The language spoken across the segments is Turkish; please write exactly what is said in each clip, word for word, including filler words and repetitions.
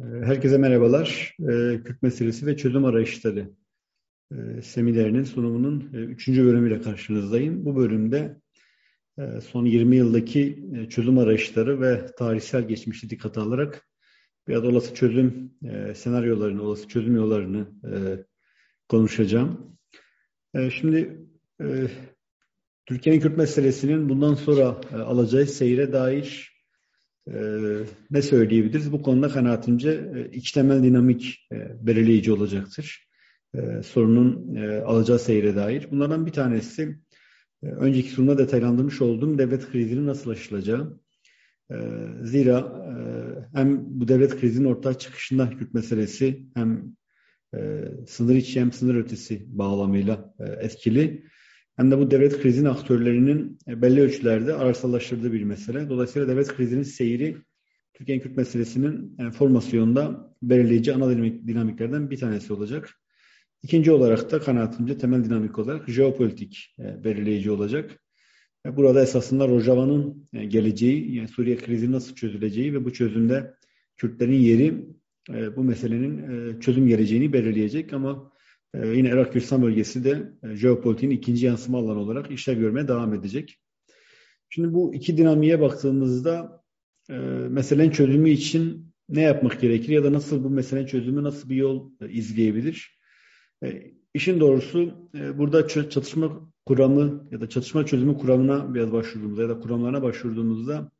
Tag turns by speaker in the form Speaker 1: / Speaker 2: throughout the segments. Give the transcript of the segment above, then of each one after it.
Speaker 1: Herkese merhabalar. Kürt meselesi ve çözüm arayışları seminerinin sunumunun üçüncü bölümüyle karşınızdayım. Bu bölümde son yirmi yıldaki çözüm arayışları ve tarihsel geçmişi dikkate alarak biraz olası çözüm senaryolarını, olası çözüm yollarını konuşacağım. Şimdi Türkiye'nin Kürt meselesinin bundan sonra alacağı seyre dair Ee, ne söyleyebiliriz? Bu konuda kanaatimce e, iki temel dinamik e, belirleyici olacaktır. E, sorunun e, alacağı seyre dair. Bunlardan bir tanesi e, önceki sunumda detaylandırmış olduğum devlet krizinin nasıl aşılacağı. E, zira e, hem bu devlet krizinin ortaya çıkışında Kürt meselesi hem e, sınır içi hem sınır ötesi bağlamıyla e, etkili. Hem de bu devlet krizinin aktörlerinin belli ölçülerde araysallaştırdığı bir mesele. Dolayısıyla devlet krizinin seyri Türkiye'nin Kürt meselesinin yani formasyonda belirleyici ana dinamiklerden bir tanesi olacak. İkinci olarak da kanaatimce temel dinamik olarak jeopolitik belirleyici olacak. Burada esasında Rojava'nın geleceği, yani Suriye krizi nasıl çözüleceği ve bu çözümde Kürtlerin yeri bu meselenin çözüm geleceğini belirleyecek ama Ee, yine Irak Kürdistan bölgesi de e, jeopolitiğin ikinci yansıma alanı olarak işlev görmeye devam edecek. Şimdi bu iki dinamiğe baktığımızda e, meselenin çözümü için ne yapmak gerekir ya da nasıl bu meselenin çözümü nasıl bir yol e, izleyebilir? E, işin doğrusu e, burada çatışma kuramı ya da çatışma çözümü kuramına biraz başvurduğumuzda ya da kuramlarına başvurduğumuzda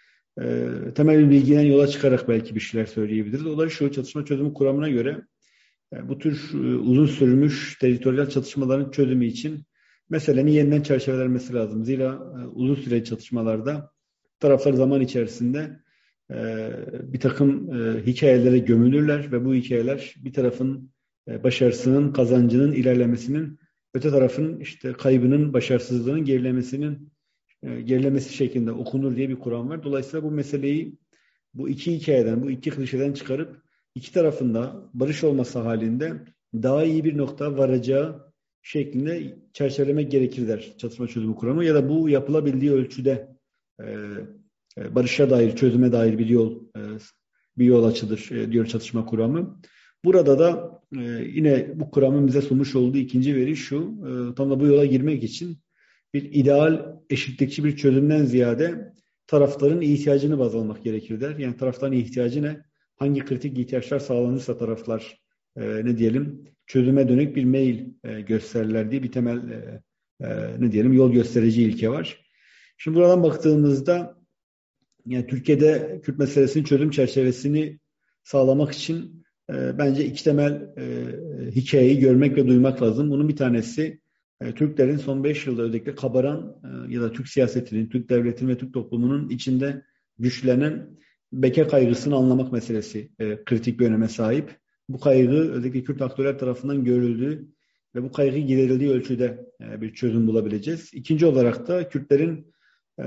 Speaker 1: e, temel bir bilgiden yola çıkarak belki bir şeyler söyleyebiliriz. O da şu: çatışma çözümü kuramına göre Yani bu tür e, uzun sürmüş teritoryal çatışmaların çözümü için meselenin yeniden çerçevelenmesi lazım. Zira e, uzun süreli çatışmalarda taraflar zaman içerisinde e, bir takım e, hikayelere gömülürler ve bu hikayeler bir tarafın e, başarısının, kazancının, ilerlemesinin, öte tarafın işte kaybının, başarısızlığının gerilemesinin e, gerilemesi şeklinde okunur diye bir kuram var. Dolayısıyla bu meseleyi bu iki hikayeden, bu iki klişeden çıkarıp İki tarafında barış olması halinde daha iyi bir nokta varacağı şeklinde çerçevelemek gerekir der çatışma çözümü kuramı ya da bu yapılabildiği ölçüde e, e, barışa dair, çözüme dair bir yol e, bir yol açılır e, diyor çatışma kuramı. Burada da e, yine bu kuramın bize sunmuş olduğu ikinci veri şu: e, tam da bu yola girmek için bir ideal eşitlikçi bir çözümden ziyade tarafların ihtiyacını baz almak gerekir der. Yani tarafların ihtiyacı ne? Hangi kritik ihtiyaçlar sağlanırsa taraflar e, ne diyelim çözüme dönük bir mail e, gösterirler diye bir temel e, e, ne diyelim yol gösterici ilke var. Şimdi buradan baktığımızda yani Türkiye'de Kürt meselesinin çözüm çerçevesini sağlamak için e, bence iki temel e, hikayeyi görmek ve duymak lazım. Bunun bir tanesi e, Türklerin son beş yılda özellikle kabaran e, ya da Türk siyasetinin, Türk devletinin ve Türk toplumunun içinde güçlenen beke kaygısını anlamak meselesi e, kritik bir öneme sahip. Bu kaygı özellikle Kürt aktörler tarafından görüldüğü ve bu kaygı giderildiği ölçüde e, bir çözüm bulabileceğiz. İkinci olarak da Kürtlerin e,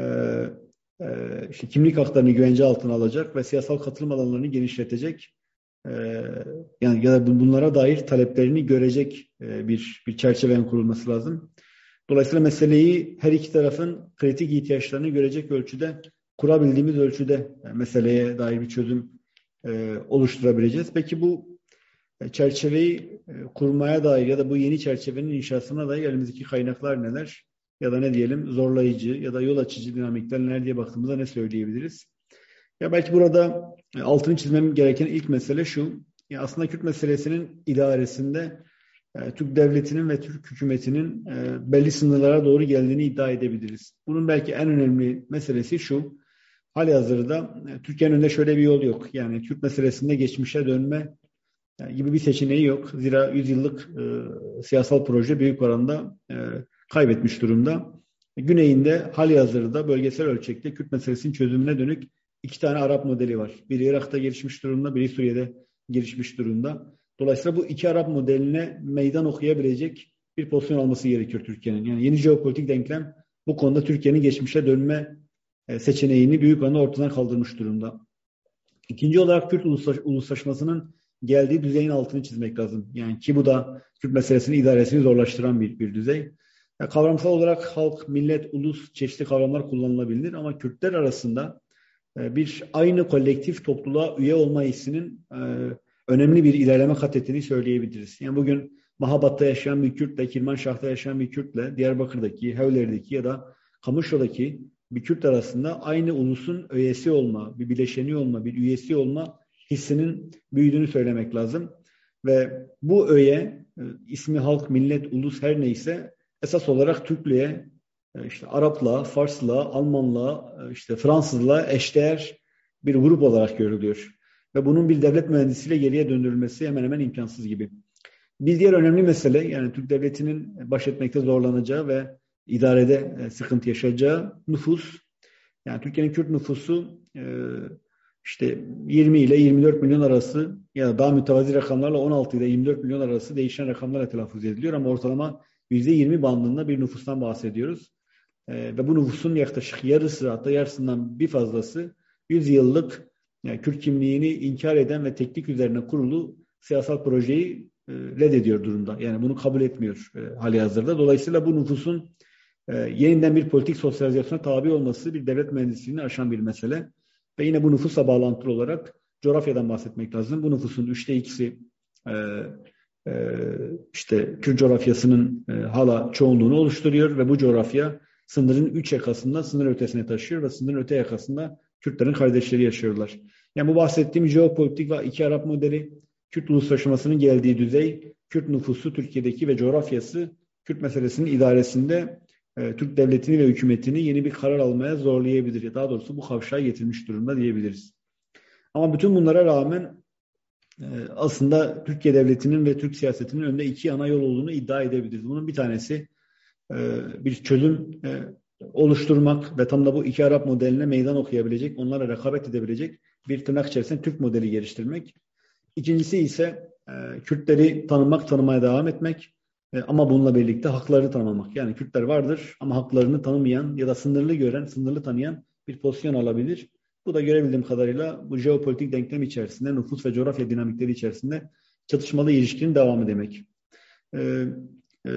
Speaker 1: e, işte kimlik haklarını güvence altına alacak ve siyasal katılım alanlarını genişletecek e, yani ya da bunlara dair taleplerini görecek e, bir bir çerçevenin kurulması lazım. Dolayısıyla meseleyi her iki tarafın kritik ihtiyaçlarını görecek ölçüde, kurabildiğimiz ölçüde meseleye dair bir çözüm e, oluşturabileceğiz. Peki bu çerçeveyi e, kurmaya dair ya da bu yeni çerçevenin inşasına dair elimizdeki kaynaklar neler? Ya da ne diyelim zorlayıcı ya da yol açıcı dinamikler neler diye baktığımızda ne söyleyebiliriz? Ya belki burada e, altını çizmem gereken ilk mesele şu: ya aslında Kürt meselesinin idaresinde e, Türk devletinin ve Türk hükümetinin e, belli sınırlara doğru geldiğini iddia edebiliriz. Bunun belki en önemli meselesi şu: halihazırda e, Türkiye'nin önünde şöyle bir yol yok. Yani Kürt meselesinde geçmişe dönme e, gibi bir seçeneği yok. Zira yüzyıllık e, siyasal proje büyük oranda e, kaybetmiş durumda. Güneyinde halihazırda bölgesel ölçekte Kürt meselesinin çözümüne dönük iki tane Arap modeli var. Biri Irak'ta gelişmiş durumda, biri Suriye'de gelişmiş durumda. Dolayısıyla bu iki Arap modeline meydan okuyabilecek bir pozisyon alması gerekiyor Türkiye'nin. Yani yeni jeopolitik denklem bu konuda Türkiye'nin geçmişe dönme seçeneğini büyük oranda ortadan kaldırmış durumda. İkinci olarak Kürt uluslaşmasının geldiği düzeyin altını çizmek lazım. Yani ki bu da Kürt meselesinin idaresini zorlaştıran bir, bir düzey. Yani kavramsal olarak halk, millet, ulus çeşitli kavramlar kullanılabilir ama Kürtler arasında bir aynı kolektif topluluğa üye olma hissinin önemli bir ilerleme kat ettiğini söyleyebiliriz. Yani bugün Mahabat'ta yaşayan bir Kürtle, Kirmanşah'ta yaşayan bir Kürtle, Diyarbakır'daki, Hevler'deki ya da Kamışlı'daki bir Kürt arasında aynı ulusun üyesi olma, bir bileşeni olma, bir üyesi olma hissinin büyüdüğünü söylemek lazım. Ve bu öğe, ismi halk, millet, ulus her neyse esas olarak Türklüğe, işte Arap'la, Fars'la, Alman'la, işte Fransız'la eşdeğer bir grup olarak görülüyor. Ve bunun bir devlet mühendisiyle geriye döndürülmesi hemen hemen imkansız gibi. Bir diğer önemli mesele, yani Türk devletinin baş etmekte zorlanacağı ve idarede sıkıntı yaşayacağı nüfus. Yani Türkiye'nin Kürt nüfusu işte yirmi ile yirmi dört milyon arası ya da daha mütevazi rakamlarla on altı ile yirmi dört milyon arası değişen rakamlarla telaffuz ediliyor ama ortalama yüzde yirmi bandında bir nüfustan bahsediyoruz. Ve bu nüfusun yaklaşık yarısı, hatta yarısından bir fazlası yüz yıllık yani Kürt kimliğini inkar eden ve teknik üzerine kurulu siyasal projeyi e, reddediyor durumda. Yani bunu kabul etmiyor e, hali hazırda. Dolayısıyla bu nüfusun e, yeniden bir politik sosyalizasyona tabi olması bir devlet mühendisliğini aşan bir mesele. Ve yine bu nüfusla bağlantılı olarak coğrafyadan bahsetmek lazım. Bu nüfusun üçte ikisi e, e, işte Kürt coğrafyasının e, hala çoğunluğunu oluşturuyor ve bu coğrafya sınırın üç yakasında sınır ötesine taşıyor ve sınırın öte yakasında Kürtlerin kardeşleri yaşıyorlar. Yani bu bahsettiğim jeopolitik ve iki Arap modeli, Kürt uluslaşmasının geldiği düzey, Kürt nüfusu Türkiye'deki ve coğrafyası Kürt meselesinin idaresinde e, Türk devletini ve hükümetini yeni bir karar almaya zorlayabilir. Daha doğrusu bu kavşağa getirmiş durumda diyebiliriz. Ama bütün bunlara rağmen e, aslında Türkiye devletinin ve Türk siyasetinin önünde iki ana yol olduğunu iddia edebiliriz. Bunun bir tanesi e, bir çözüm e, oluşturmak ve tam da bu iki Arap modeline meydan okuyabilecek, onlara rekabet edebilecek bir tırnak içerisinde Türk modeli geliştirmek. İkincisi ise e, Kürtleri tanımak, tanımaya devam etmek e, ama bununla birlikte haklarını tanımak. Yani Kürtler vardır ama haklarını tanımayan ya da sınırlı gören, sınırlı tanıyan bir pozisyon alabilir. Bu da görebildiğim kadarıyla bu jeopolitik denklem içerisinde, nüfus ve coğrafya dinamikleri içerisinde çatışmalı ilişkinin devamı demek. E, e,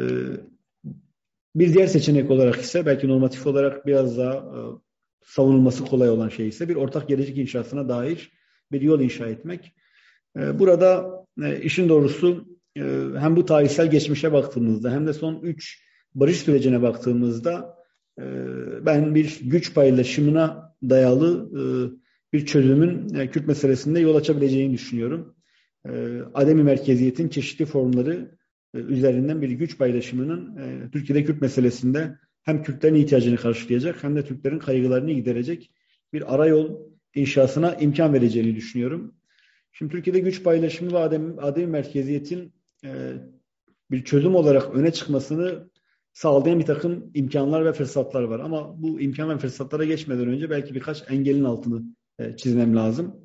Speaker 1: Bir diğer seçenek olarak ise belki normatif olarak biraz daha e, savunulması kolay olan şey ise bir ortak gelecek inşasına dair bir yol inşa etmek. E, burada e, işin doğrusu e, hem bu tarihsel geçmişe baktığımızda hem de son üç barış sürecine baktığımızda e, ben bir güç paylaşımına dayalı e, bir çözümün e, Kürt meselesinde yol açabileceğini düşünüyorum. E, ademi merkeziyetin çeşitli formları üzerinden bir güç paylaşımının e, Türkiye'de Kürt meselesinde hem Kürtlerin ihtiyacını karşılayacak hem de Türklerin kaygılarını giderecek bir arayol inşasına imkan vereceğini düşünüyorum. Şimdi Türkiye'de güç paylaşımı ve adem, ademi merkeziyetin e, bir çözüm olarak öne çıkmasını sağlayan bir takım imkanlar ve fırsatlar var. Ama bu imkan ve fırsatlara geçmeden önce belki birkaç engelin altını e, çizmem lazım.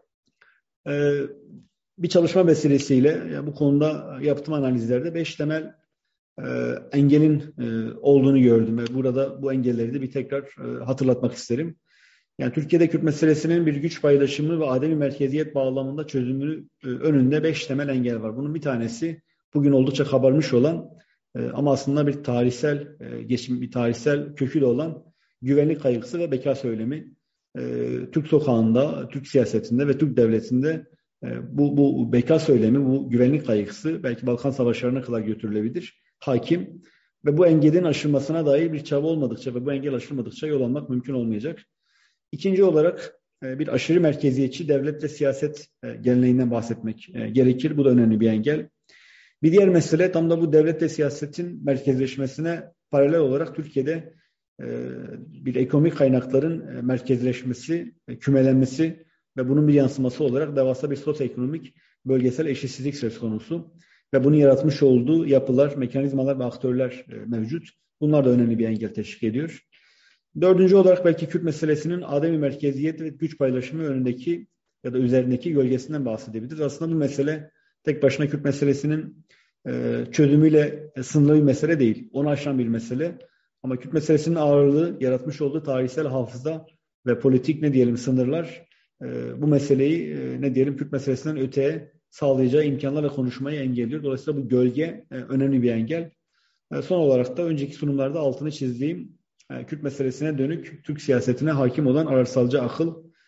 Speaker 1: E, Bir çalışma vesilesiyle yani bu konuda yaptığım analizlerde beş temel e, engelin e, olduğunu gördüm ve burada bu engelleri de bir tekrar e, hatırlatmak isterim. Yani Türkiye'de Kürt meselesinin bir güç paylaşımı ve ademi merkeziyet bağlamında çözümünü e, önünde beş temel engel var. Bunun bir tanesi bugün oldukça kabarmış olan e, ama aslında bir tarihsel e, geçim, bir tarihsel kökü olan güvenlik kaygısı ve beka söylemi. E, Türk sokağında, Türk siyasetinde ve Türk devletinde Bu, bu beka söylemi, bu güvenlik kaygısı belki Balkan Savaşları'na kadar götürülebilir. Hakim ve bu engelin aşılmasına dair bir çaba olmadıkça ve bu engel aşılmadıkça yol almak mümkün olmayacak. İkinci olarak bir aşırı merkeziyetçi devlet ve siyaset geleneğinden bahsetmek gerekir. Bu da önemli bir engel. Bir diğer mesele tam da bu devlet ve siyasetin merkezleşmesine paralel olarak Türkiye'de bir ekonomik kaynakların merkezleşmesi, kümelenmesi ve bunun bir yansıması olarak devasa bir sosyoekonomik bölgesel eşitsizlik söz konusu. Ve bunun yaratmış olduğu yapılar, mekanizmalar ve aktörler mevcut. Bunlar da önemli bir engel teşkil ediyor. Dördüncü olarak belki Kürt meselesinin ademi merkeziyet ve güç paylaşımı önündeki ya da üzerindeki gölgesinden bahsedebiliriz. Aslında bu mesele tek başına Kürt meselesinin çözümüyle sınırlı bir mesele değil. Onu aşan bir mesele. Ama Kürt meselesinin ağırlığı, yaratmış olduğu tarihsel hafıza ve politik ne diyelim sınırlar bu meseleyi ne diyelim Kürt meselesinden öteye sağlayacağı imkanlar ve konuşmayı engelliyor. Dolayısıyla bu gölge önemli bir engel. Son olarak da önceki sunumlarda altını çizdiğim Kürt meselesine dönük Türk siyasetine hakim olan ararsalcı akıl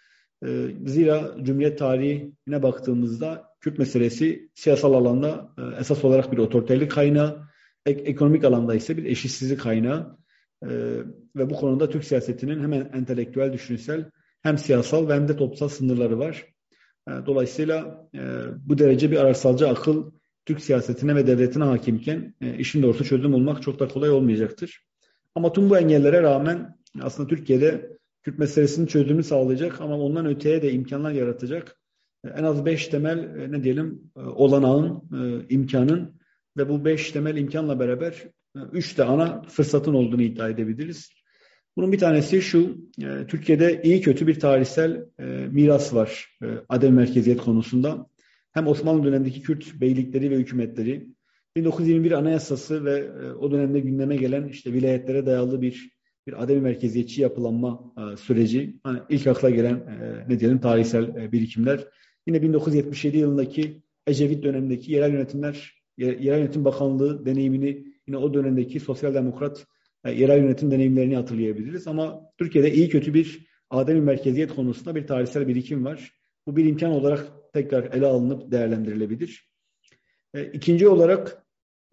Speaker 1: E, zira Cumhuriyet tarihine baktığımızda Kürt meselesi siyasal alanda e, esas olarak bir otoriterlik kaynağı, ek, ekonomik alanda ise bir eşitsizlik kaynağı e, ve bu konuda Türk siyasetinin hem entelektüel, düşünsel hem siyasal ve hem de toplumsal sınırları var. E, dolayısıyla e, bu derece bir araçsalcı akıl Türk siyasetine ve devletine hakimken e, işin doğrusu çözüm olmak çok da kolay olmayacaktır. Ama tüm bu engellere rağmen aslında Türkiye'de Kürt meselesinin çözümünü sağlayacak ama ondan öteye de imkanlar yaratacak e, en az beş temel e, ne diyelim e, olanağın, e, imkanın ve bu beş temel imkanla beraber e, üç de ana fırsatın olduğunu iddia edebiliriz. Bunun bir tanesi şu, e, Türkiye'de iyi kötü bir tarihsel e, miras var e, adem merkeziyet konusunda. Hem Osmanlı dönemindeki Kürt beylikleri ve hükümetleri, bin dokuz yüz yirmi bir Anayasası ve e, o dönemde gündeme gelen işte vilayetlere dayalı bir bir adem merkeziyetçi yapılanma e, süreci, hani ilk akla gelen e, ne diyelim tarihsel e, birikimler. Yine bin dokuz yüz yetmiş yedi yılındaki Ecevit dönemindeki yerel yönetimler, yerel yönetim bakanlığı deneyimini, yine o dönemdeki sosyal demokrat e, yerel yönetim deneyimlerini hatırlayabiliriz. Ama Türkiye'de iyi kötü bir adem merkeziyet konusunda bir tarihsel birikim var. Bu bir imkan olarak tekrar ele alınıp değerlendirilebilir. E, ikinci olarak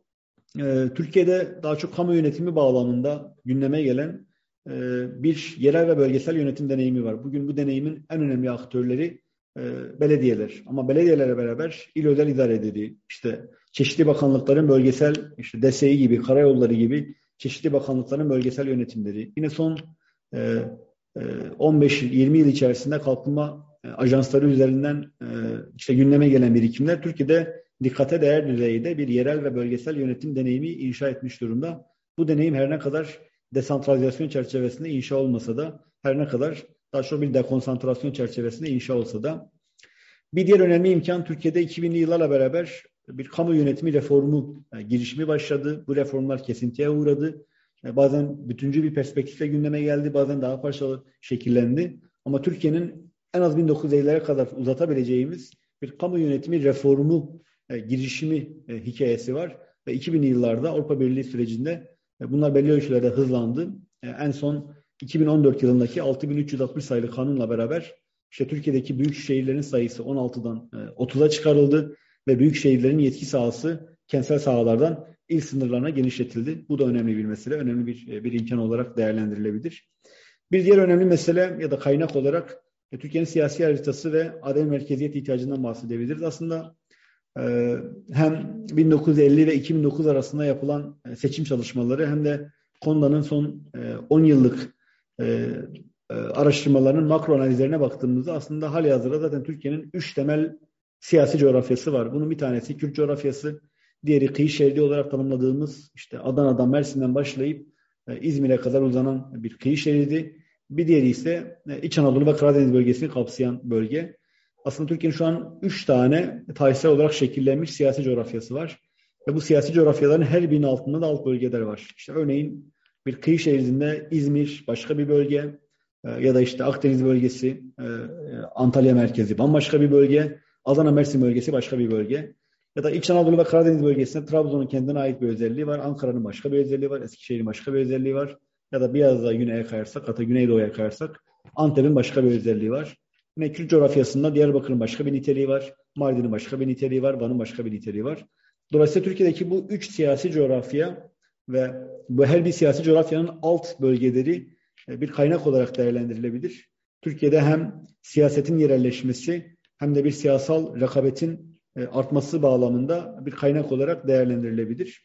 Speaker 1: e, Türkiye'de daha çok kamu yönetimi bağlamında gündeme gelen e, bir yerel ve bölgesel yönetim deneyimi var. Bugün bu deneyimin en önemli aktörleri e, belediyeler. Ama belediyelerle beraber il özel idareleri, işte çeşitli bakanlıkların bölgesel, işte D E S E gibi, karayolları gibi çeşitli bakanlıkların bölgesel yönetimleri. Yine son e, e, on beş yirmi yıl içerisinde kalkınma e, ajansları üzerinden e, işte gündeme gelen birikimler Türkiye'de dikkate değer düzeyde bir yerel ve bölgesel yönetim deneyimi inşa etmiş durumda. Bu deneyim her ne kadar desantralizasyon çerçevesinde inşa olmasa da, her ne kadar daha çok bir dekonsantrasyon çerçevesinde inşa olsa da, bir diğer önemli imkan Türkiye'de iki binli yıllarla beraber bir kamu yönetimi reformu yani girişimi başladı. Bu reformlar kesintiye uğradı. Yani bazen bütüncül bir perspektifle gündeme geldi, bazen daha parçalı şekillendi. Ama Türkiye'nin en az bin dokuz yüz ellilere kadar uzatabileceğimiz bir kamu yönetimi reformu e, girişimi e, hikayesi var. Ve iki binli yıllarda Avrupa Birliği sürecinde e, bunlar belli ölçülerde hızlandı. E, en son iki bin on dört yılındaki altı bin üç yüz altmış sayılı kanunla beraber işte Türkiye'deki büyük şehirlerin sayısı on altıdan e, otuza çıkarıldı ve büyük şehirlerin yetki sahası kentsel sahalardan il sınırlarına genişletildi. Bu da önemli bir mesele, önemli bir bir imkan olarak değerlendirilebilir. Bir diğer önemli mesele ya da kaynak olarak e, Türkiye'nin siyasi haritası ve adem merkeziyet ihtiyacından bahsedebiliriz. Aslında e, hem bin dokuz yüz elli ve iki bin dokuz arasında yapılan e, seçim çalışmaları hem de KONDA'nın son e, on yıllık e, e, araştırmalarının makro analizlerine baktığımızda aslında halihazırda zaten Türkiye'nin üç temel siyasi coğrafyası var. Bunun bir tanesi Kürt coğrafyası, diğeri kıyı şeridi olarak tanımladığımız işte Adana'dan, Mersin'den başlayıp e, İzmir'e kadar uzanan bir kıyı şeridi. Bir diğeri ise e, İç Anadolu ve Karadeniz bölgesini kapsayan bölge. Aslında Türkiye'nin şu an üç tane tarihsel olarak şekillenmiş siyasi coğrafyası var. Ve bu siyasi coğrafyaların her birinin altında da alt bölgeler var. İşte örneğin bir kıyı şeridinde İzmir başka bir bölge e, ya da işte Akdeniz bölgesi, e, Antalya merkezi bambaşka bir bölge, Adana Mersin bölgesi başka bir bölge. Ya da İç Anadolu ve Karadeniz bölgesinde Trabzon'un kendine ait bir özelliği var. Ankara'nın başka bir özelliği var. Eskişehir'in başka bir özelliği var. Ya da biraz daha güneye kayarsak, hatta Güneydoğu'ya kayarsak Antep'in başka bir özelliği var. Yine Kürt coğrafyasında Diyarbakır'ın başka bir niteliği var. Mardin'in başka bir niteliği var. Van'ın başka bir niteliği var. Dolayısıyla Türkiye'deki bu üç siyasi coğrafya ve bu her bir siyasi coğrafyanın alt bölgeleri bir kaynak olarak değerlendirilebilir. Türkiye'de hem siyasetin yerelleşmesi hem de bir siyasal rekabetin artması bağlamında bir kaynak olarak değerlendirilebilir.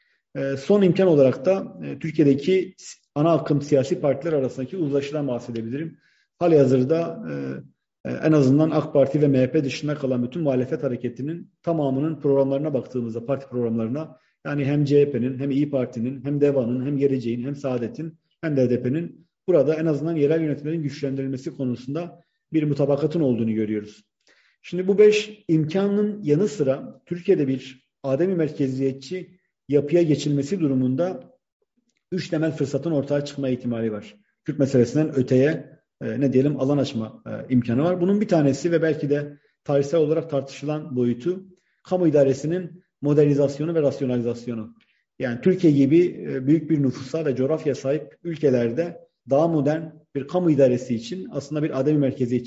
Speaker 1: Son imkan olarak da Türkiye'deki ana akım siyasi partiler arasındaki uzlaşıdan bahsedebilirim. Halihazırda en azından AK Parti ve M H P dışında kalan bütün muhalefet hareketinin tamamının programlarına baktığımızda, parti programlarına, yani hem C H P'nin, hem İYİ Parti'nin, hem DEVA'nın, hem Geleceğin, hem Saadet'in, hem de H D P'nin burada en azından yerel yönetimlerin güçlendirilmesi konusunda bir mutabakatın olduğunu görüyoruz. Şimdi bu beş imkanın yanı sıra Türkiye'de bir ademi merkeziyetçi yapıya geçilmesi durumunda üç temel fırsatın ortaya çıkma ihtimali var. Kürt meselesinden öteye e, ne diyelim alan açma e, imkanı var. Bunun bir tanesi ve belki de tarihsel olarak tartışılan boyutu kamu idaresinin modernizasyonu ve rasyonalizasyonu. Yani Türkiye gibi e, büyük bir nüfusa ve coğrafya sahip ülkelerde daha modern bir kamu idaresi için aslında bir ademi merkeziyetçi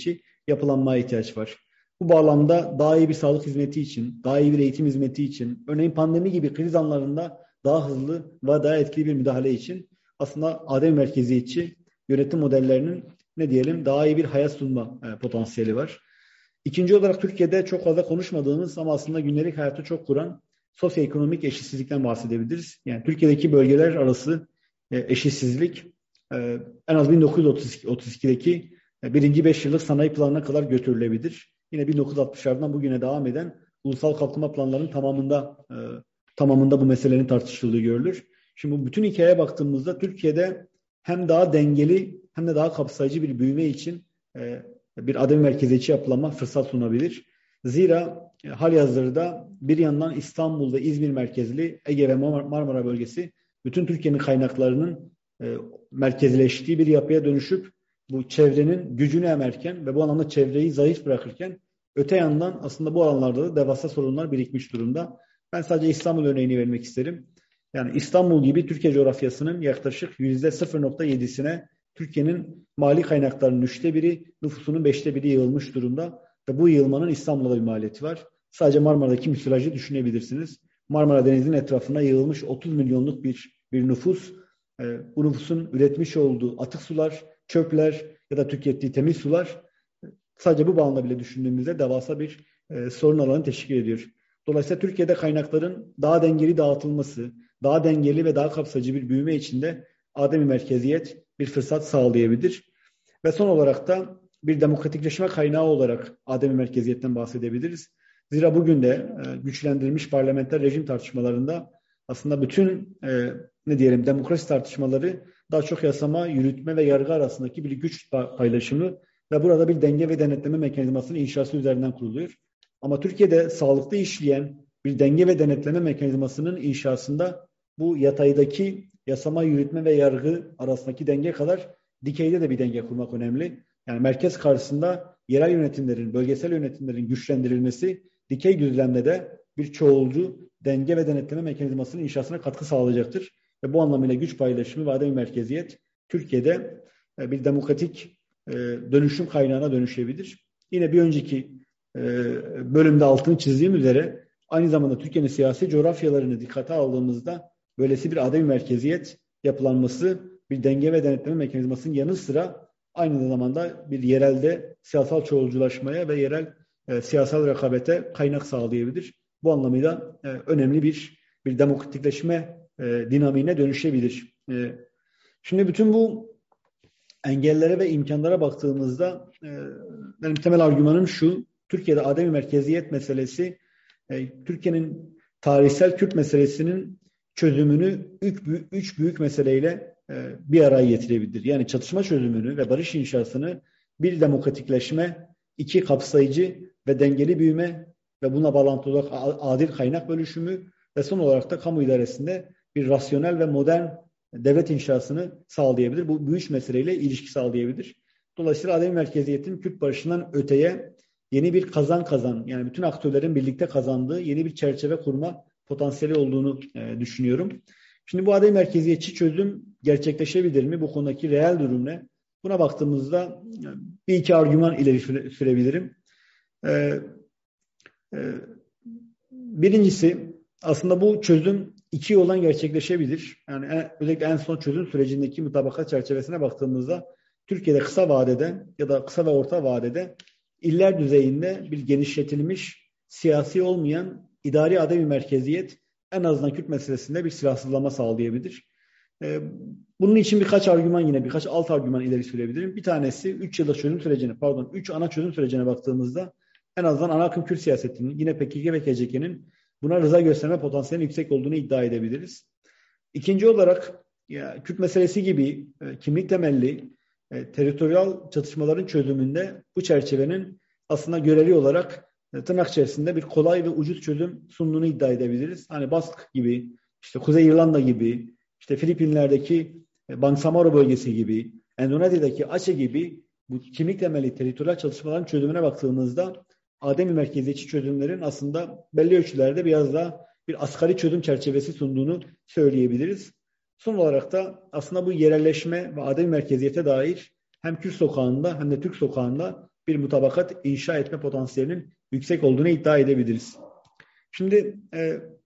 Speaker 1: yapılanmaya ihtiyaç var. Bu bağlamda daha iyi bir sağlık hizmeti için, daha iyi bir eğitim hizmeti için, örneğin pandemi gibi kriz anlarında daha hızlı ve daha etkili bir müdahale için aslında adem merkeziyetçi yönetim modellerinin ne diyelim daha iyi bir hayat sunma e, potansiyeli var. İkinci olarak Türkiye'de çok fazla konuşmadığımız ama aslında günlük hayatı çok kuran sosyoekonomik eşitsizlikten bahsedebiliriz. Yani Türkiye'deki bölgeler arası e, eşitsizlik e, en az bin dokuz yüz otuz ikideki e, birinci beş yıllık sanayi planına kadar götürülebilir. Yine bin dokuz yüz altmışlardan bugüne devam eden ulusal kalkınma planlarının tamamında e, tamamında bu meselenin tartışıldığı görülür. Şimdi bu bütün hikayeye baktığımızda Türkiye'de hem daha dengeli hem de daha kapsayıcı bir büyüme için e, bir adem merkeziyetçi yapılanma fırsat sunabilir. Zira e, halihazırda bir yandan İstanbul ve İzmir merkezli Ege ve Marmara bölgesi bütün Türkiye'nin kaynaklarının e, merkezleştiği bir yapıya dönüşüp bu çevrenin gücünü emerken ve bu anlamda çevreyi zayıf bırakırken öte yandan aslında bu alanlarda da devasa sorunlar birikmiş durumda. Ben sadece İstanbul örneğini vermek isterim. Yani İstanbul gibi Türkiye coğrafyasının yaklaşık yüzde sıfır nokta yedisine Türkiye'nin mali kaynaklarının üçte biri, nüfusunun beşte biri yığılmış durumda ve bu yığılmanın İstanbul'da bir maliyeti var. Sadece Marmara'daki müsilajı düşünebilirsiniz. Marmara Denizi'nin etrafına yığılmış otuz milyonluk bir bir nüfus. Ee, bu nüfusun üretmiş olduğu atık sular, çöpler ya da tükettiği temiz sular sadece bu bağlamda bile düşündüğümüzde devasa bir e, sorun alanı teşkil ediyor. Dolayısıyla Türkiye'de kaynakların daha dengeli dağıtılması, daha dengeli ve daha kapsayıcı bir büyüme içinde ademi merkeziyet bir fırsat sağlayabilir. Ve son olarak da bir demokratikleşme kaynağı olarak ademi merkeziyetten bahsedebiliriz. Zira bugün de e, güçlendirilmiş parlamenter rejim tartışmalarında aslında bütün e, ne diyelim demokrasi tartışmaları daha çok yasama, yürütme ve yargı arasındaki bir güç paylaşımı ve burada bir denge ve denetleme mekanizmasının inşası üzerinden kuruluyor. Ama Türkiye'de sağlıklı işleyen bir denge ve denetleme mekanizmasının inşasında bu yataydaki yasama, yürütme ve yargı arasındaki denge kadar dikeyde de bir denge kurmak önemli. Yani merkez karşısında yerel yönetimlerin, bölgesel yönetimlerin güçlendirilmesi dikey düzlemde de bir çoğulcu denge ve denetleme mekanizmasının inşasına katkı sağlayacaktır. Ve bu anlamıyla güç paylaşımı ve ademi merkeziyet Türkiye'de bir demokratik dönüşüm kaynağına dönüşebilir. Yine bir önceki bölümde altını çizdiğim üzere aynı zamanda Türkiye'nin siyasi coğrafyalarını dikkate aldığımızda böylesi bir ademi merkeziyet yapılanması bir denge ve denetleme mekanizmasının yanı sıra aynı zamanda bir yerelde siyasal çoğulculaşmaya ve yerel e, siyasal rekabete kaynak sağlayabilir. Bu anlamıyla e, önemli bir bir demokratikleşme e, dinamiğine dönüşebilir. E, şimdi bütün bu engellere ve imkanlara baktığımızda e, benim temel argümanım şu: Türkiye'de ademi merkeziyet meselesi e, Türkiye'nin tarihsel Kürt meselesinin çözümünü üç, üç büyük meseleyle e, bir araya getirebilir. Yani çatışma çözümünü ve barış inşasını bir demokratikleşme, iki kapsayıcı ve dengeli büyüme ve buna bağlantılı olarak adil kaynak bölüşümü ve son olarak da kamu idaresinde bir rasyonel ve modern devlet inşasını sağlayabilir. Bu, bu üç meseleyle ilişki sağlayabilir. Dolayısıyla ademi merkeziyetin Kürt barışından öteye yeni bir kazan kazan, yani bütün aktörlerin birlikte kazandığı yeni bir çerçeve kurma potansiyeli olduğunu e, düşünüyorum. Şimdi bu ademi merkeziyetçi çözüm gerçekleşebilir mi? Bu konudaki reel durum ne? Buna baktığımızda bir iki argüman ileri sürebilirim. E, e, birincisi aslında bu çözüm iki yoldan gerçekleşebilir. Yani en, özellikle en son çözüm sürecindeki mutabakat çerçevesine baktığımızda Türkiye'de kısa vadede ya da kısa ve orta vadede iller düzeyinde bir genişletilmiş, siyasi olmayan idari ademi merkeziyet en azından Kürt meselesinde bir silahsızlama sağlayabilir. Ee, bunun için birkaç argüman yine birkaç alt argüman ileri sürebilirim. Bir tanesi üç yıllık çözüm sürecine, pardon üç ana çözüm sürecine baktığımızda en azından ana akım Kürt siyasetinin yine P K K ve K C K'nin buna rıza gösterme potansiyelinin yüksek olduğunu iddia edebiliriz. İkinci olarak ya, Kürt meselesi gibi e, kimlik temelli e, teritoryal çatışmaların çözümünde bu çerçevenin aslında göreli olarak e, tırnak içerisinde bir kolay ve ucuz çözüm sunduğunu iddia edebiliriz. Hani Bask gibi, işte Kuzey İrlanda gibi, işte Filipinler'deki e, Bangsamoro bölgesi gibi, Endonezya'daki Aceh gibi bu kimlik temelli teritoryal çatışmaların çözümüne baktığımızda ademi merkeziyetçi çözümlerin aslında belli ölçülerde biraz daha bir asgari çözüm çerçevesi sunduğunu söyleyebiliriz. Son olarak da aslında bu yerelleşme ve ademi merkeziyete dair hem Kürt sokağında hem de Türk sokağında bir mutabakat inşa etme potansiyelinin yüksek olduğunu iddia edebiliriz. Şimdi e,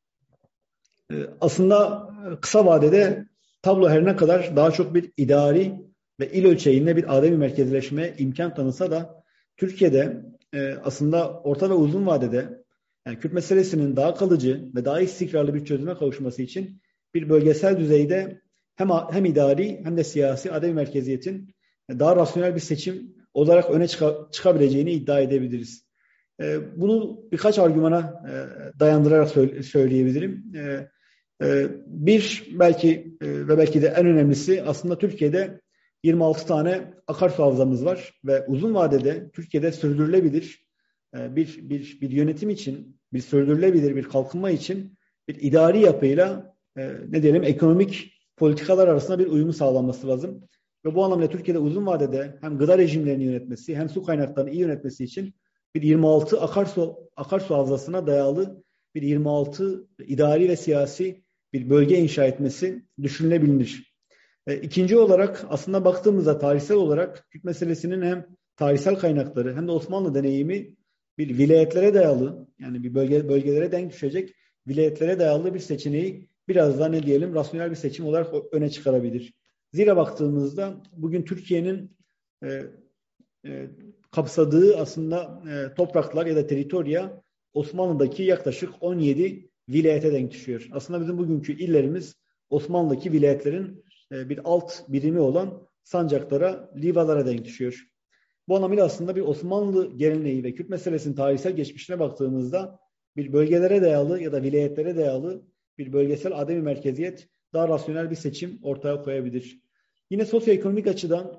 Speaker 1: e, aslında kısa vadede tablo her ne kadar daha çok bir idari ve il ölçeğinde bir ademi merkezleşmeye imkan tanısa da Türkiye'de e, aslında orta ve uzun vadede yani Kürt meselesinin daha kalıcı ve daha istikrarlı bir çözüme kavuşması için bir bölgesel düzeyde hem hem idari hem de siyasi ademi merkeziyetin daha rasyonel bir seçim olarak öne çıka, çıkabileceğini iddia edebiliriz. E, bunu birkaç argümana e, dayandırarak söyle, söyleyebilirim. E, e, bir belki e, ve belki de en önemlisi aslında Türkiye'de yirmi altı tane akarsu havzamız var ve uzun vadede Türkiye'de sürdürülebilir e, bir bir bir yönetim için, bir sürdürülebilir bir kalkınma için bir idari yapıyla e, ne diyelim ekonomik politikalar arasında bir uyumu sağlanması lazım. Ve bu anlamda Türkiye'de uzun vadede hem gıda rejimlerini yönetmesi hem su kaynaklarını iyi yönetmesi için bir yirmi altı akarsu, akarsu havzasına dayalı bir yirmi altı idari ve siyasi bir bölge inşa etmesi düşünülebilir. E, ikinci olarak aslında baktığımızda tarihsel olarak Kürt meselesinin hem tarihsel kaynakları hem de Osmanlı deneyimi bir vilayetlere dayalı yani bir bölge bölgelere denk düşecek vilayetlere dayalı bir seçeneği biraz daha ne diyelim rasyonel bir seçim olarak öne çıkarabilir. Zira baktığımızda bugün Türkiye'nin e, e, kapsadığı aslında e, topraklar ya da teritorya Osmanlı'daki yaklaşık on yedi vilayete denk düşüyor. Aslında bizim bugünkü illerimiz Osmanlı'daki vilayetlerin e, bir alt birimi olan sancaklara, livalara denk düşüyor. Bu anlamıyla aslında bir Osmanlı geleneği ve Kürt meselesinin tarihsel geçmişine baktığımızda bir bölgelere dayalı ya da vilayetlere dayalı bir bölgesel ademi merkeziyet daha rasyonel bir seçim ortaya koyabilir. Yine sosyoekonomik açıdan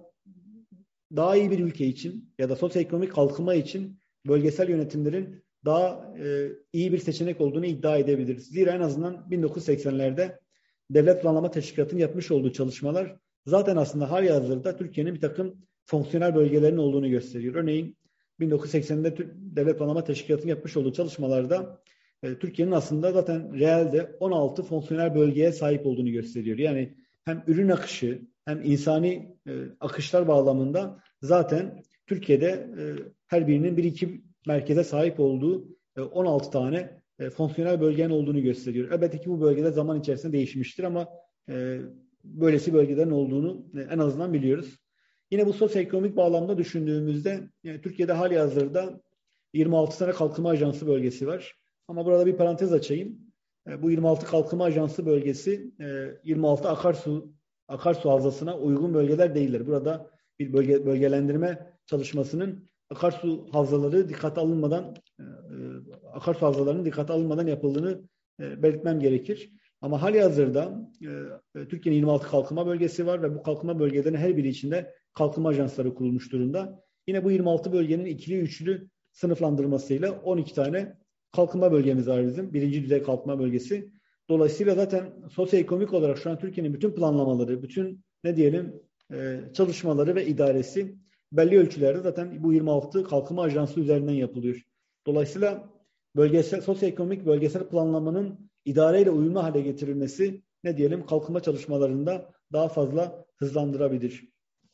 Speaker 1: daha iyi bir ülke için ya da sosyoekonomik kalkınma için bölgesel yönetimlerin daha e, iyi bir seçenek olduğunu iddia edebiliriz. Zira en azından bin dokuz yüz seksenlerde Devlet Planlama Teşkilatı'nın yapmış olduğu çalışmalar zaten aslında halihazırda Türkiye'nin bir takım fonksiyonel bölgelerinin olduğunu gösteriyor. Örneğin bin dokuz yüz seksende Devlet Planlama Teşkilatı'nın yapmış olduğu çalışmalarda e, Türkiye'nin aslında zaten realde on altı fonksiyonel bölgeye sahip olduğunu gösteriyor. Yani hem ürün akışı hem insani e, akışlar bağlamında zaten Türkiye'de e, her birinin bir iki merkeze sahip olduğu e, on altı tane e, fonksiyonel bölgenin olduğunu gösteriyor. Elbette ki bu bölgede zaman içerisinde değişmiştir ama e, böylesi bölgelerin olduğunu e, en azından biliyoruz. Yine bu sosyoekonomik bağlamda düşündüğümüzde yani Türkiye'de hali hazırda yirmi altı tane kalkınma ajansı bölgesi var. Ama burada bir parantez açayım. E, bu yirmi altı kalkınma ajansı bölgesi e, yirmi altı akarsu akarsu havzasına uygun bölgeler değildir. Burada bir bölge bölgelendirme çalışmasının akarsu havzaları dikkate alınmadan e, akarsu havzalarının dikkate alınmadan yapıldığını e, belirtmem gerekir. Ama halihazırda e, Türkiye'nin yirmi altı kalkınma bölgesi var ve bu kalkınma bölgelerinin her biri içinde kalkınma ajansları kurulmuş durumda. Yine bu yirmi altı bölgenin ikili üçlü sınıflandırmasıyla on iki tane kalkınma bölgemiz var bizim. Birinci düzey kalkınma bölgesi. Dolayısıyla zaten sosyoekonomik olarak şu an Türkiye'nin bütün planlamaları, bütün ne diyelim e, çalışmaları ve idaresi belli ölçülerde zaten bu yirmi altı kalkınma ajansı üzerinden yapılıyor. Dolayısıyla bölgesel, sosyoekonomik bölgesel planlamanın idareyle uyumlu hale getirilmesi ne diyelim kalkınma çalışmalarında daha fazla hızlandırabilir.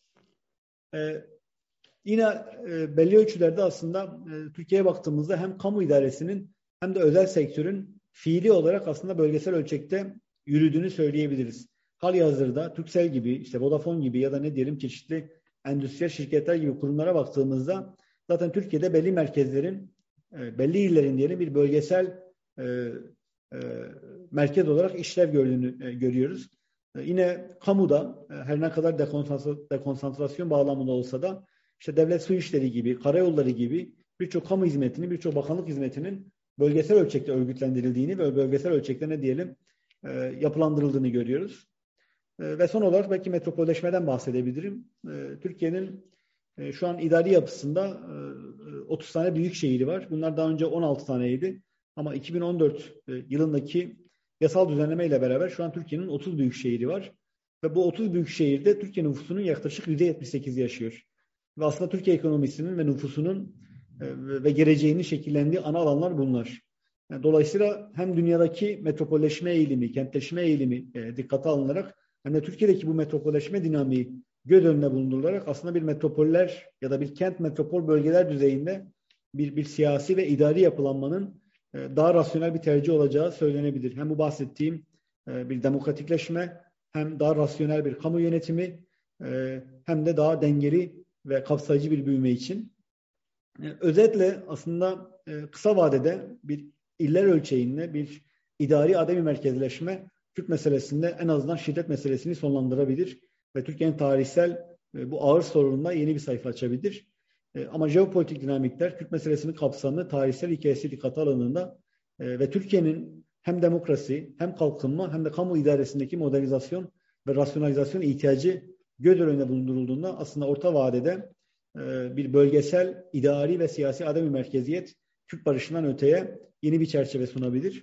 Speaker 1: Ee, yine e, belli ölçülerde aslında e, Türkiye'ye baktığımızda hem kamu idaresinin hem de özel sektörün fiili olarak aslında bölgesel ölçekte yürüdüğünü söyleyebiliriz. Halihazırda Turkcell gibi, işte Vodafone gibi ya da ne diyelim çeşitli endüstriyel şirketler gibi kurumlara baktığımızda zaten Türkiye'de belli merkezlerin, e, belli illerin diyelim bir bölgesel e, e, merkez olarak işlev gördüğünü e, görüyoruz. E, yine kamuda e, her ne kadar dekonsantrasyon, dekonsantrasyon bağlamında olsa da işte devlet su işleri gibi, karayolları gibi birçok kamu hizmetinin, birçok bakanlık hizmetinin bölgesel ölçekte örgütlendirildiğini ve bölgesel ölçekte ne diyelim e, yapılandırıldığını görüyoruz. E, ve son olarak belki metropolleşmeden bahsedebilirim. E, Türkiye'nin e, şu an idari yapısında e, otuz tane büyük şehri var. Bunlar daha önce on altı taneydi. Ama iki bin on dört e, yılındaki yasal düzenleme ile beraber şu an Türkiye'nin otuz büyük şehri var. Ve bu otuz büyük şehirde Türkiye nüfusunun yaklaşık yüzde yetmiş sekiz yaşıyor. Ve aslında Türkiye ekonomisinin ve nüfusunun e, ve geleceğinin şekillendiği ana alanlar bunlar. Yani dolayısıyla hem dünyadaki metropolleşme eğilimi, kentleşme eğilimi e, dikkate alınarak hem de Türkiye'deki bu metropolleşme dinamiği göz önüne bulundurularak aslında bir metropoller ya da bir kent metropol bölgeler düzeyinde bir, bir siyasi ve idari yapılanmanın e, daha rasyonel bir tercih olacağı söylenebilir. Hem bu bahsettiğim e, bir demokratikleşme, hem daha rasyonel bir kamu yönetimi, e, hem de daha dengeli ve kapsayıcı bir büyüme için. E, özetle aslında e, kısa vadede bir iller ölçeğinde bir idari ademi merkezleşme Kürt meselesinde en azından şiddet meselesini sonlandırabilir ve Türkiye'nin tarihsel e, bu ağır sorununda yeni bir sayfa açabilir. E, ama jeopolitik dinamikler Kürt meselesinin kapsamını tarihsel hikayesi dikkate alındığında e, ve Türkiye'nin hem demokrasi hem kalkınma hem de kamu idaresindeki modernizasyon ve rasyonalizasyon ihtiyacı göz önüne bulundurulduğunda aslında orta vadede e, bir bölgesel, idari ve siyasi ademi merkeziyet Kürt barışından öteye yeni bir çerçeve sunabilir.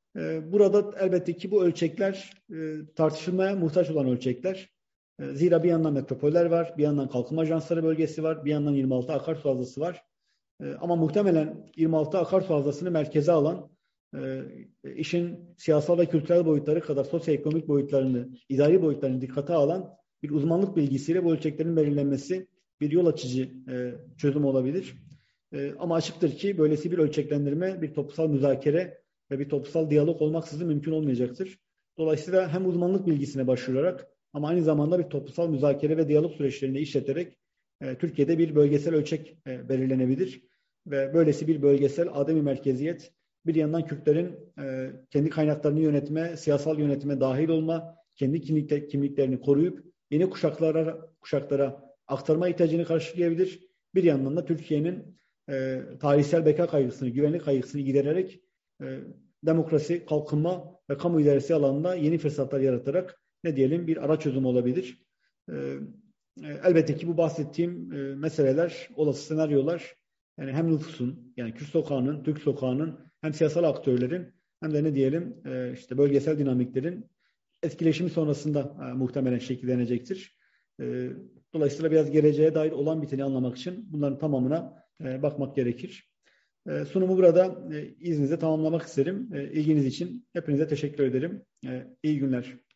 Speaker 1: E, burada elbette ki bu ölçekler e, tartışılmaya muhtaç olan ölçekler. E, zira bir yandan metropoller var, bir yandan kalkınma ajansları bölgesi var, bir yandan yirmi altı akarsu havzası var. E, ama muhtemelen yirmi altı akarsu havzasını merkeze alan, e, işin siyasal ve kültürel boyutları kadar sosyoekonomik boyutlarını, idari boyutlarını dikkate alan bir uzmanlık bilgisiyle bu ölçeklerin belirlenmesi bir yol açıcı e, çözüm olabilir. E, ama açıktır ki böylesi bir ölçeklendirme, bir toplumsal müzakere ve bir toplumsal diyalog olmaksızın mümkün olmayacaktır. Dolayısıyla hem uzmanlık bilgisine başvurarak ama aynı zamanda bir toplumsal müzakere ve diyalog süreçlerini işleterek e, Türkiye'de bir bölgesel ölçek e, belirlenebilir. Ve böylesi bir bölgesel ademi merkeziyet bir yandan Kürtlerin e, kendi kaynaklarını yönetme, siyasal yönetime dahil olma, kendi kimlikte, kimliklerini koruyup yeni kuşaklara kuşaklara aktarma ihtiyacını karşılayabilir. Bir yandan da Türkiye'nin e, tarihsel beka kaygısını, güvenlik kaygısını gidererek e, demokrasi, kalkınma ve kamu idaresi alanında yeni fırsatlar yaratarak ne diyelim bir ara çözüm olabilir. E, e, elbette ki bu bahsettiğim e, meseleler, olası senaryolar yani hem nüfusun, yani Kürt sokağının, Türk sokağının hem siyasal aktörlerin hem de ne diyelim e, işte bölgesel dinamiklerin etkileşimi sonrasında e, muhtemelen şekillenecektir. E, dolayısıyla biraz geleceğe dair olan biteni anlamak için bunların tamamına e, bakmak gerekir. E, sunumu burada e, izninizle tamamlamak isterim. E, ilginiz için hepinize teşekkür ederim. E, iyi günler.